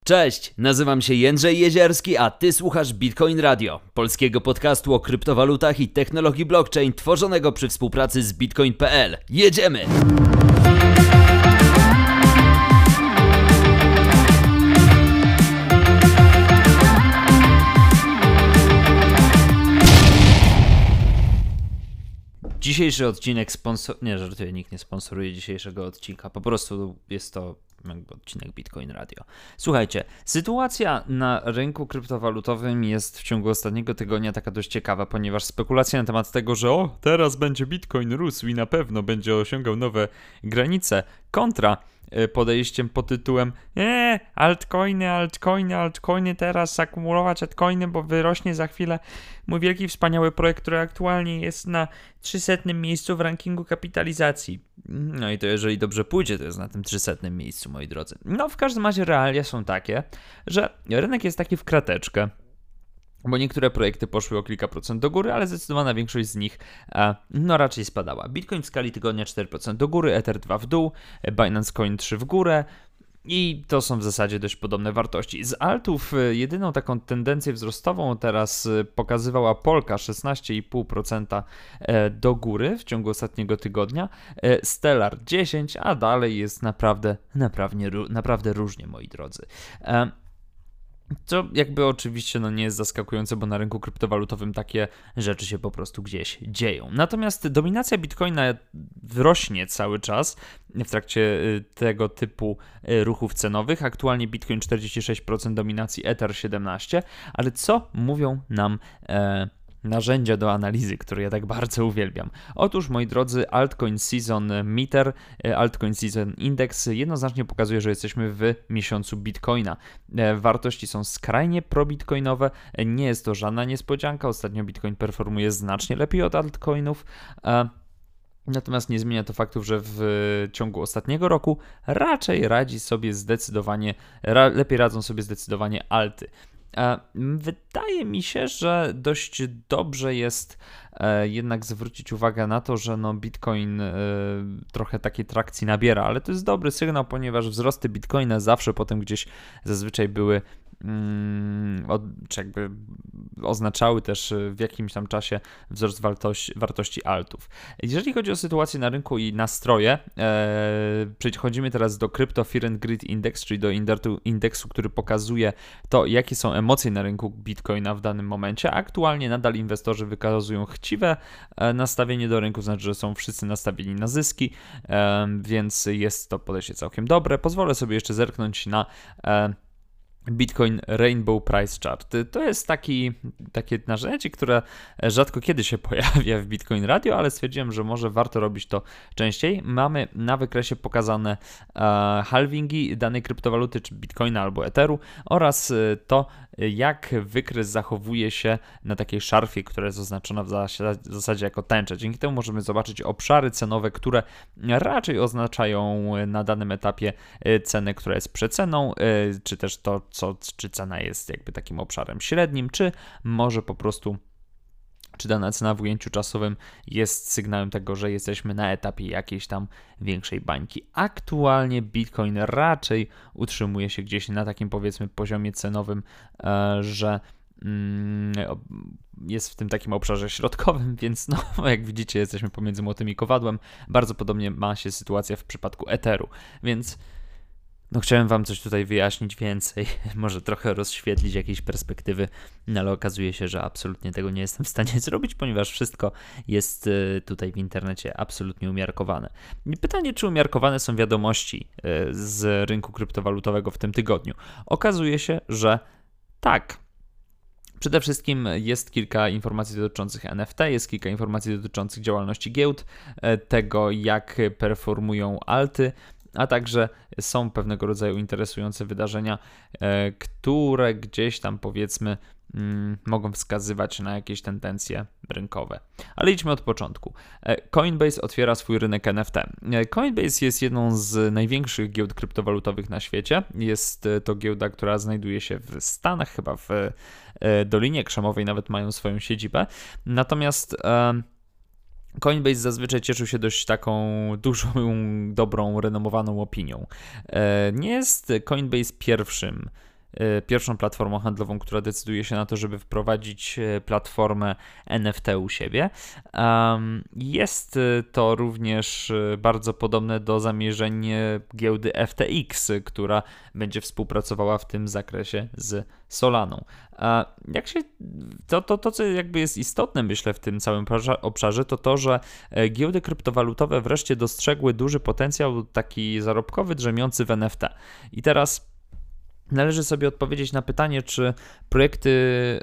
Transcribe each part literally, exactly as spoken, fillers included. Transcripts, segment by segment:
Cześć, nazywam się Jędrzej Jezierski, a ty słuchasz Bitcoin Radio, polskiego podcastu o kryptowalutach i technologii blockchain tworzonego przy współpracy z bitcoin kropka p l. Jedziemy! Dzisiejszy odcinek sponsor... Nie, żartuję, nikt nie sponsoruje dzisiejszego odcinka. Po prostu jest to jakby odcinek Bitcoin Radio. Słuchajcie, sytuacja na rynku kryptowalutowym jest w ciągu ostatniego tygodnia taka dość ciekawa, ponieważ spekulacje na temat tego, że o, teraz będzie Bitcoin rósł i na pewno będzie osiągał nowe granice, kontra podejściem pod tytułem eee, altcoiny, altcoiny, altcoiny, teraz akumulować altcoiny, bo wyrośnie za chwilę mój wielki, wspaniały projekt, który aktualnie jest na trzysetnym miejscu w rankingu kapitalizacji. No i to jeżeli dobrze pójdzie, to jest na tym trzysetnym miejscu, moi drodzy. No w każdym razie realia są takie, że rynek jest taki w krateczkę, bo niektóre projekty poszły o kilka procent do góry, ale zdecydowana większość z nich e, no raczej spadała. Bitcoin w skali tygodnia cztery procent do góry, Ether dwa procent w dół, Binance Coin trzy procent w górę i to są w zasadzie dość podobne wartości. Z altów e, jedyną taką tendencję wzrostową teraz e, pokazywała Polka szesnaście i pół procent e, do góry w ciągu ostatniego tygodnia, e, Stellar dziesięć procent, a dalej jest naprawdę, naprawdę, naprawdę różnie, moi drodzy. E, Co jakby oczywiście no nie jest zaskakujące, bo na rynku kryptowalutowym takie rzeczy się po prostu gdzieś dzieją. Natomiast dominacja Bitcoina rośnie cały czas w trakcie tego typu ruchów cenowych. Aktualnie Bitcoin czterdzieści sześć procent dominacji, Ether siedemnaście procent, ale co mówią nam e, narzędzia do analizy, które ja tak bardzo uwielbiam? Otóż, moi drodzy, Altcoin Season Meter, Altcoin Season Index jednoznacznie pokazuje, że jesteśmy w miesiącu Bitcoina. Wartości są skrajnie probitcoinowe, nie jest to żadna niespodzianka, ostatnio Bitcoin performuje znacznie lepiej od altcoinów, natomiast nie zmienia to faktów, że w ciągu ostatniego roku raczej radzi sobie zdecydowanie, ra, lepiej radzą sobie zdecydowanie alty. Wydaje mi się, że dość dobrze jest jednak zwrócić uwagę na to, że no Bitcoin trochę takiej trakcji nabiera, ale to jest dobry sygnał, ponieważ wzrosty Bitcoina zawsze potem gdzieś zazwyczaj były czy jakby oznaczały też w jakimś tam czasie wzrost wartości, wartości altów. Jeżeli chodzi o sytuację na rynku i nastroje, e, przechodzimy teraz do Crypto Fear and Greed Index, czyli do indeksu, który pokazuje to, jakie są emocje na rynku Bitcoina w danym momencie. Aktualnie nadal inwestorzy wykazują chciwe nastawienie do rynku, znaczy, że są wszyscy nastawieni na zyski, e, więc jest to podejście całkiem dobre. Pozwolę sobie jeszcze zerknąć na e, Bitcoin Rainbow Price Chart. To jest taki, takie narzędzie, które rzadko kiedy się pojawia w Bitcoin Radio, ale stwierdziłem, że może warto robić to częściej. Mamy na wykresie pokazane e, halvingi danej kryptowaluty, czy Bitcoina albo Etheru, oraz to, jak wykres zachowuje się na takiej szarfie, która jest oznaczona w zasadzie jako tęcza. Dzięki temu możemy zobaczyć obszary cenowe, które raczej oznaczają na danym etapie cenę, która jest przeceną, czy też to, co, czy cena jest jakby takim obszarem średnim, czy może po prostu czy dana cena w ujęciu czasowym jest sygnałem tego, że jesteśmy na etapie jakiejś tam większej bańki. Aktualnie Bitcoin raczej utrzymuje się gdzieś na takim, powiedzmy, poziomie cenowym, że jest w tym takim obszarze środkowym, więc no, jak widzicie, jesteśmy pomiędzy młotem i kowadłem. Bardzo podobnie ma się sytuacja w przypadku Etheru, więc no chciałem wam coś tutaj wyjaśnić więcej, może trochę rozświetlić jakieś perspektywy, no ale okazuje się, że absolutnie tego nie jestem w stanie zrobić, ponieważ wszystko jest tutaj w internecie absolutnie umiarkowane. I pytanie, czy umiarkowane są wiadomości z rynku kryptowalutowego w tym tygodniu? Okazuje się, że tak. Przede wszystkim jest kilka informacji dotyczących N F T, jest kilka informacji dotyczących działalności giełd, tego jak performują alty, a także są pewnego rodzaju interesujące wydarzenia, e, które gdzieś tam, powiedzmy, mm, mogą wskazywać na jakieś tendencje rynkowe. Ale idźmy od początku. E, Coinbase otwiera swój rynek N F T. E, Coinbase jest jedną z największych giełd kryptowalutowych na świecie. Jest to giełda, która znajduje się w Stanach, chyba w e, Dolinie Krzemowej nawet mają swoją siedzibę. Natomiast e, Coinbase zazwyczaj cieszył się dość taką dużą, dobrą, renomowaną opinią. Nie jest Coinbase pierwszym pierwszą platformą handlową, która decyduje się na to, żeby wprowadzić platformę N F T u siebie. Jest to również bardzo podobne do zamierzeń giełdy F T X, która będzie współpracowała w tym zakresie z Solaną. Jak się, to, to, to, co jakby jest istotne, myślę, w tym całym obszarze, to to, że giełdy kryptowalutowe wreszcie dostrzegły duży potencjał taki zarobkowy, drzemiący w N F T. I teraz należy sobie odpowiedzieć na pytanie, czy projekty,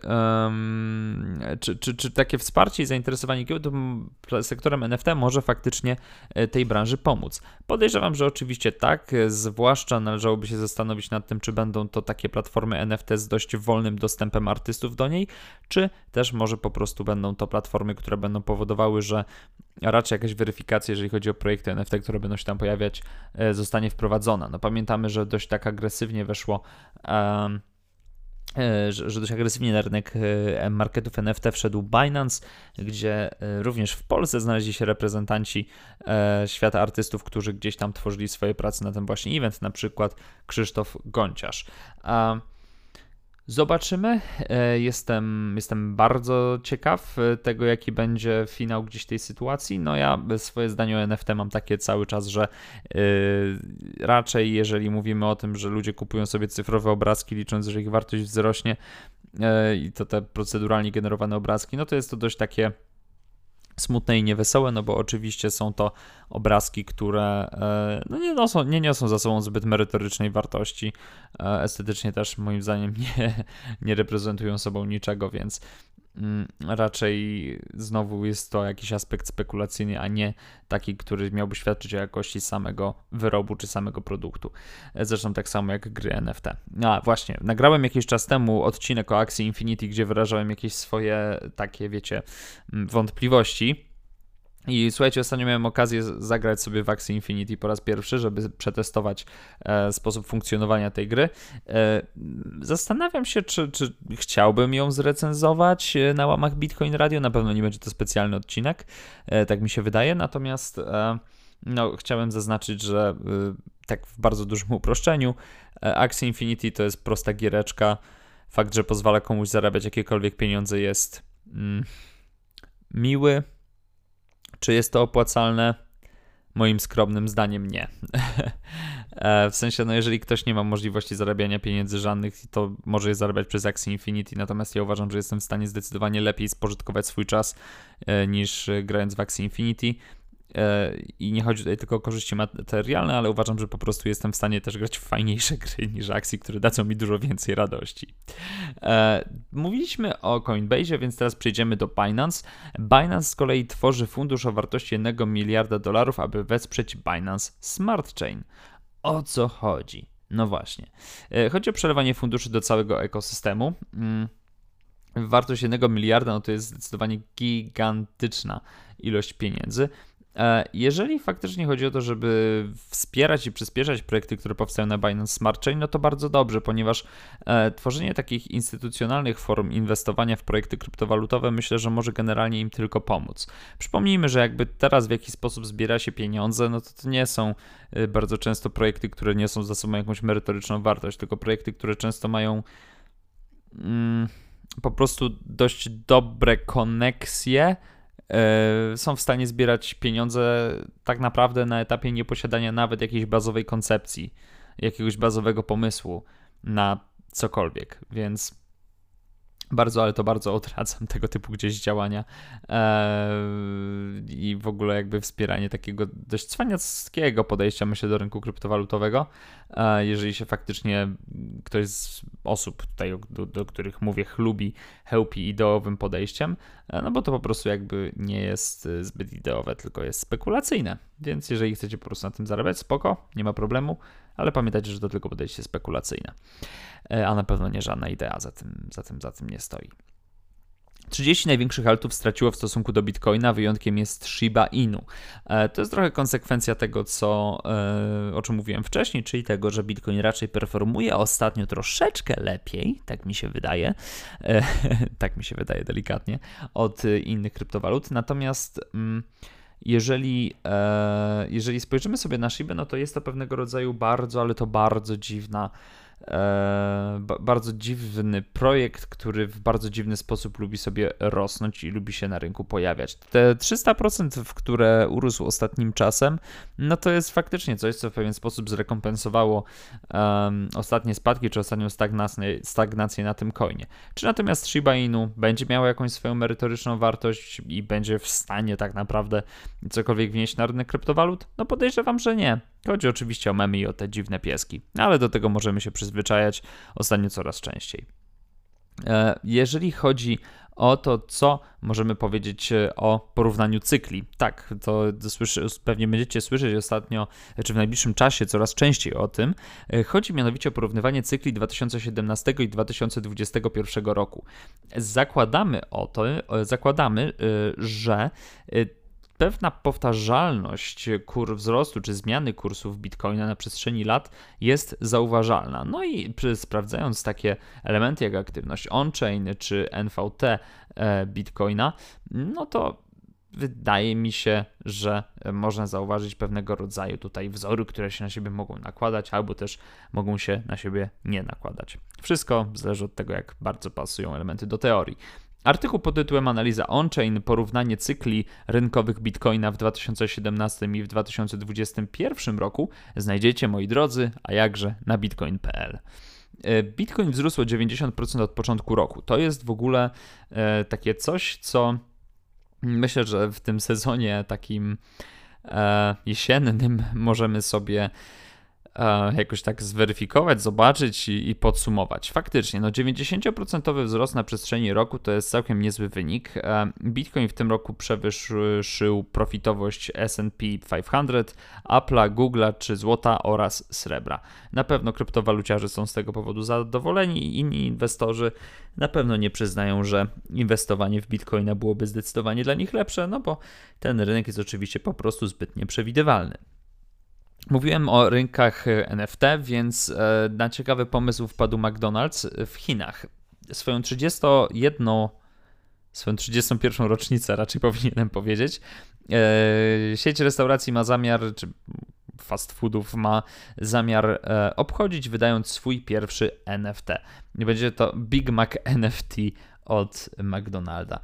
um, czy, czy, czy takie wsparcie i zainteresowanie giełdą, sektorem N F T może faktycznie tej branży pomóc. Podejrzewam, że oczywiście tak, zwłaszcza należałoby się zastanowić nad tym, czy będą to takie platformy N F T z dość wolnym dostępem artystów do niej, czy też może po prostu będą to platformy, które będą powodowały, że raczej jakaś weryfikacja, jeżeli chodzi o projekty N F T, które będą się tam pojawiać, zostanie wprowadzona. No pamiętamy, że dość tak agresywnie weszło, um, że, że dość agresywnie na rynek marketów N F T wszedł Binance, gdzie również w Polsce znaleźli się reprezentanci świata artystów, którzy gdzieś tam tworzyli swoje prace na ten właśnie event, na przykład Krzysztof Gonciarz. Um, Zobaczymy. Jestem, jestem bardzo ciekaw tego, jaki będzie finał gdzieś tej sytuacji. No ja swoje zdanie o N F T mam takie cały czas, że yy, raczej jeżeli mówimy o tym, że ludzie kupują sobie cyfrowe obrazki, licząc, że ich wartość wzrośnie yy, i to te proceduralnie generowane obrazki, no to jest to dość takie smutne i niewesołe, no bo oczywiście są to obrazki, które no nie, niosą, nie niosą za sobą zbyt merytorycznej wartości, estetycznie też moim zdaniem nie, nie reprezentują sobą niczego, więc raczej znowu jest to jakiś aspekt spekulacyjny, a nie taki, który miałby świadczyć o jakości samego wyrobu czy samego produktu. Zresztą tak samo jak gry N F T. A właśnie, nagrałem jakiś czas temu odcinek o Axie Infinity, gdzie wyrażałem jakieś swoje takie, wiecie, wątpliwości. I słuchajcie, ostatnio miałem okazję zagrać sobie w Axie Infinity po raz pierwszy, żeby przetestować e, sposób funkcjonowania tej gry. E, zastanawiam się, czy, czy chciałbym ją zrecenzować na łamach Bitcoin Radio. Na pewno nie będzie to specjalny odcinek, e, tak mi się wydaje. Natomiast e, no, chciałem zaznaczyć, że e, tak w bardzo dużym uproszczeniu e, Axie Infinity to jest prosta giereczka. Fakt, że pozwala komuś zarabiać jakiekolwiek pieniądze jest mm, miły. Czy jest to opłacalne? Moim skromnym zdaniem nie. W sensie, no jeżeli ktoś nie ma możliwości zarabiania pieniędzy żadnych, to może je zarabiać przez Axie Infinity, natomiast ja uważam, że jestem w stanie zdecydowanie lepiej spożytkować swój czas niż grając w Axie Infinity. I nie chodzi tutaj tylko o korzyści materialne, ale uważam, że po prostu jestem w stanie też grać w fajniejsze gry niż Axie, które dadzą mi dużo więcej radości. Mówiliśmy o Coinbase, więc teraz przejdziemy do Binance. Binance z kolei tworzy fundusz o wartości jednego miliarda dolarów, aby wesprzeć Binance Smart Chain. O co chodzi? No właśnie. Chodzi o przelewanie funduszy do całego ekosystemu. Wartość jednego miliarda, no to jest zdecydowanie gigantyczna ilość pieniędzy. Jeżeli faktycznie chodzi o to, żeby wspierać i przyspieszać projekty, które powstają na Binance Smart Chain, no to bardzo dobrze, ponieważ e, tworzenie takich instytucjonalnych form inwestowania w projekty kryptowalutowe myślę, że może generalnie im tylko pomóc. Przypomnijmy, że jakby teraz w jaki sposób zbiera się pieniądze, no to to nie są e, bardzo często projekty, które niosą za sobą jakąś merytoryczną wartość, tylko projekty, które często mają mm, po prostu dość dobre koneksje, są w stanie zbierać pieniądze tak naprawdę na etapie nieposiadania nawet jakiejś bazowej koncepcji, jakiegoś bazowego pomysłu na cokolwiek, więc bardzo, ale to bardzo odradzam tego typu gdzieś działania eee, i w ogóle jakby wspieranie takiego dość cwaniackiego podejścia, myślę, do rynku kryptowalutowego, eee, jeżeli się faktycznie ktoś z osób tutaj, do, do których mówię, chlubi, chełpi ideowym podejściem, e, no bo to po prostu jakby nie jest zbyt ideowe, tylko jest spekulacyjne, więc jeżeli chcecie po prostu na tym zarabiać, spoko, nie ma problemu, ale pamiętajcie, że to tylko podejście spekulacyjne, a na pewno nie żadna idea za tym, za tym, za tym nie stoi. trzydzieści największych altów straciło w stosunku do Bitcoina, wyjątkiem jest Shiba Inu. To jest trochę konsekwencja tego, co, o czym mówiłem wcześniej, czyli tego, że Bitcoin raczej performuje ostatnio troszeczkę lepiej, tak mi się wydaje, tak mi się wydaje delikatnie, od innych kryptowalut. Natomiast Jeżeli, e, jeżeli spojrzymy sobie na Shibę, no to jest to pewnego rodzaju bardzo, ale to bardzo dziwna e, ba, bardzo dziwny projekt, który w bardzo dziwny sposób lubi sobie rosnąć i lubi się na rynku pojawiać. Te trzysta procent, w które urósł ostatnim czasem, no to jest faktycznie coś, co w pewien sposób zrekompensowało um, ostatnie spadki, czy ostatnią stagnację, stagnację na tym coinie. Czy natomiast Shiba Inu będzie miało jakąś swoją merytoryczną wartość i będzie w stanie tak naprawdę cokolwiek wnieść na rynek kryptowalut? No podejrzewam, że nie. Chodzi oczywiście o memy i o te dziwne pieski, ale do tego możemy się przyzwyczajać ostatnio coraz częściej. Jeżeli chodzi o to, co możemy powiedzieć o porównaniu cykli. Tak, to słyszy, pewnie będziecie słyszeć ostatnio, czy w najbliższym czasie coraz częściej o tym. Chodzi mianowicie o porównywanie cykli dwa tysiące siedemnastego i dwa tysiące dwudziestego pierwszego roku. Zakładamy o to, zakładamy, że pewna powtarzalność kur wzrostu czy zmiany kursów Bitcoina na przestrzeni lat jest zauważalna. No i przy, sprawdzając takie elementy jak aktywność on-chain czy N V T Bitcoina, no to wydaje mi się, że można zauważyć pewnego rodzaju tutaj wzory, które się na siebie mogą nakładać albo też mogą się na siebie nie nakładać. Wszystko zależy od tego, jak bardzo pasują elementy do teorii. Artykuł pod tytułem Analiza on-chain, porównanie cykli rynkowych Bitcoina w dwa tysiące siedemnastym i w dwa tysiące dwudziestym pierwszym roku znajdziecie, moi drodzy, a jakże na bitcoin kropka p l. Bitcoin wzrósł o dziewięćdziesiąt procent od początku roku. To jest w ogóle e, takie coś, co myślę, że w tym sezonie takim e, jesiennym możemy sobie jakoś tak zweryfikować, zobaczyć i, i podsumować. Faktycznie, no dziewięćdziesiąt procent wzrost na przestrzeni roku to jest całkiem niezły wynik. Bitcoin w tym roku przewyższył profitowość S and P pięćset, Apple'a, Google'a czy złota oraz srebra. Na pewno kryptowaluciarze są z tego powodu zadowoleni i inni inwestorzy na pewno nie przyznają, że inwestowanie w Bitcoina byłoby zdecydowanie dla nich lepsze, no bo ten rynek jest oczywiście po prostu zbyt nieprzewidywalny. Mówiłem o rynkach N F T, więc na ciekawy pomysł wpadł McDonald's w Chinach. Swoją trzydziestą jedną, swoją trzydziestą pierwszą rocznicę raczej powinienem powiedzieć, sieć restauracji ma zamiar, czy fast foodów ma zamiar obchodzić, wydając swój pierwszy N F T. Będzie to Big Mac N F T od McDonalda.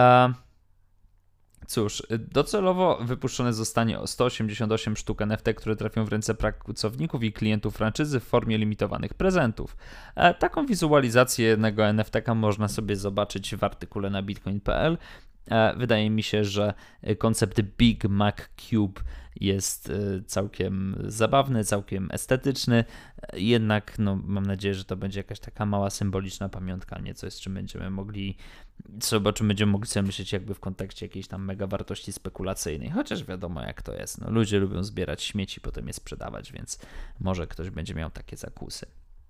Cóż, docelowo wypuszczone zostanie sto osiemdziesiąt osiem sztuk N F T, które trafią w ręce pracowników i klientów franczyzy w formie limitowanych prezentów. E, taką wizualizację jednego N F T można sobie zobaczyć w artykule na bitcoin kropka p l. E, wydaje mi się, że koncept Big Mac Cube jest całkiem zabawny, całkiem estetyczny, jednak no, mam nadzieję, że to będzie jakaś taka mała symboliczna pamiątka, nie coś, z czym będziemy mogli co, o czym będziemy mogli sobie myśleć jakby w kontekście jakiejś tam mega wartości spekulacyjnej, chociaż wiadomo jak to jest, no, ludzie lubią zbierać śmieci, potem je sprzedawać, więc może ktoś będzie miał takie zakusy.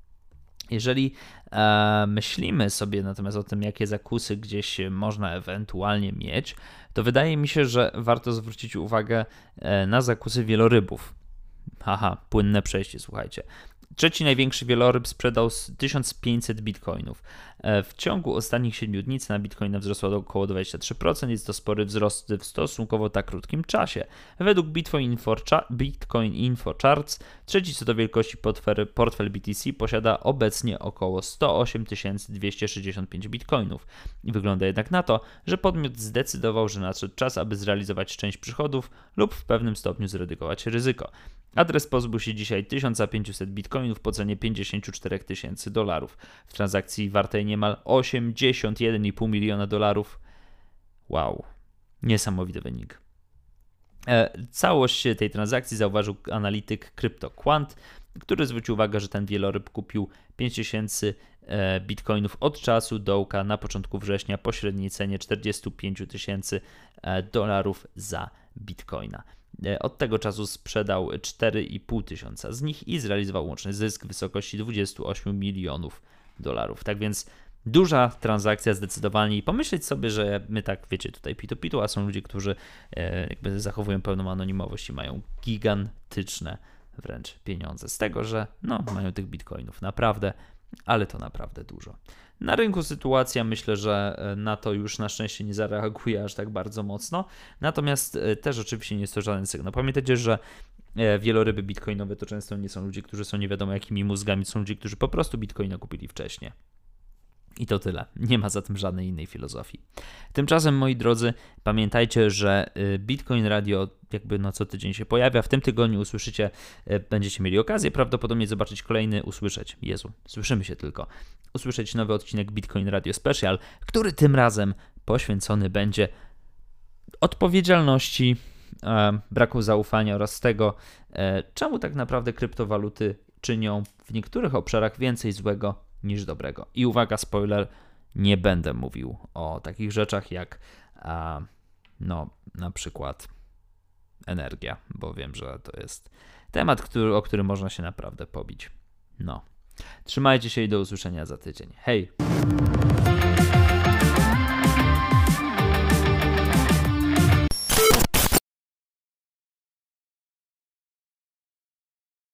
Jeżeli e, myślimy sobie natomiast o tym, jakie zakusy gdzieś można ewentualnie mieć, to wydaje mi się, że warto zwrócić uwagę e, na zakusy wielorybów. Haha, płynne przejście, słuchajcie. Trzeci największy wieloryb sprzedał tysiąc pięćset bitcoinów. W ciągu ostatnich siedmiu dni cena bitcoina wzrosła do około dwadzieścia trzy procent. Jest to spory wzrost w stosunkowo tak krótkim czasie. Według Bitcoin Info, Bitcoin Info Charts trzeci co do wielkości portfel, portfel B T C posiada obecnie około sto osiem tysięcy dwieście sześćdziesiąt pięć bitcoinów. I wygląda jednak na to, że podmiot zdecydował, że nadszedł czas, aby zrealizować część przychodów lub w pewnym stopniu zredukować ryzyko. Adres pozbył się dzisiaj tysiąc pięćset bitcoinów po cenie pięćdziesiąt cztery tysiące dolarów. W transakcji wartej niemal osiemdziesiąt jeden i pół miliona dolarów. Wow, niesamowity wynik. E, całość tej transakcji zauważył analityk CryptoQuant, który zwrócił uwagę, że ten wieloryb kupił pięć tysięcy e, bitcoinów od czasu dołka na początku września po średniej cenie czterdzieści pięć tysięcy dolarów za bitcoina. Od tego czasu sprzedał cztery i pół tysiąca z nich i zrealizował łączny zysk w wysokości dwadzieścia osiem milionów dolarów. Tak więc duża transakcja zdecydowanie i pomyśleć sobie, że my tak, wiecie, tutaj pitu-pitu, a są ludzie, którzy e, jakby zachowują pełną anonimowość i mają gigantyczne wręcz pieniądze z tego, że no, mają tych bitcoinów naprawdę, ale to naprawdę dużo. Na rynku sytuacja, myślę, że na to już na szczęście nie zareaguje aż tak bardzo mocno, natomiast też oczywiście nie jest to żaden sygnał. Pamiętajcie, że wieloryby bitcoinowe to często nie są ludzie, którzy są nie wiadomo jakimi mózgami, to są ludzie, którzy po prostu bitcoina kupili wcześniej. I to tyle. Nie ma za tym żadnej innej filozofii. Tymczasem, moi drodzy, pamiętajcie, że Bitcoin Radio jakby no co tydzień się pojawia. W tym tygodniu usłyszycie, będziecie mieli okazję prawdopodobnie zobaczyć kolejny, usłyszeć, Jezu, słyszymy się tylko, usłyszeć nowy odcinek Bitcoin Radio Special, który tym razem poświęcony będzie odpowiedzialności, e, braku zaufania oraz tego, e, czemu tak naprawdę kryptowaluty czynią w niektórych obszarach więcej złego niż dobrego. I uwaga, spoiler, nie będę mówił o takich rzeczach jak a, no na przykład energia, bo wiem, że to jest temat, który, o którym można się naprawdę pobić. No. Trzymajcie się i do usłyszenia za tydzień. Hej!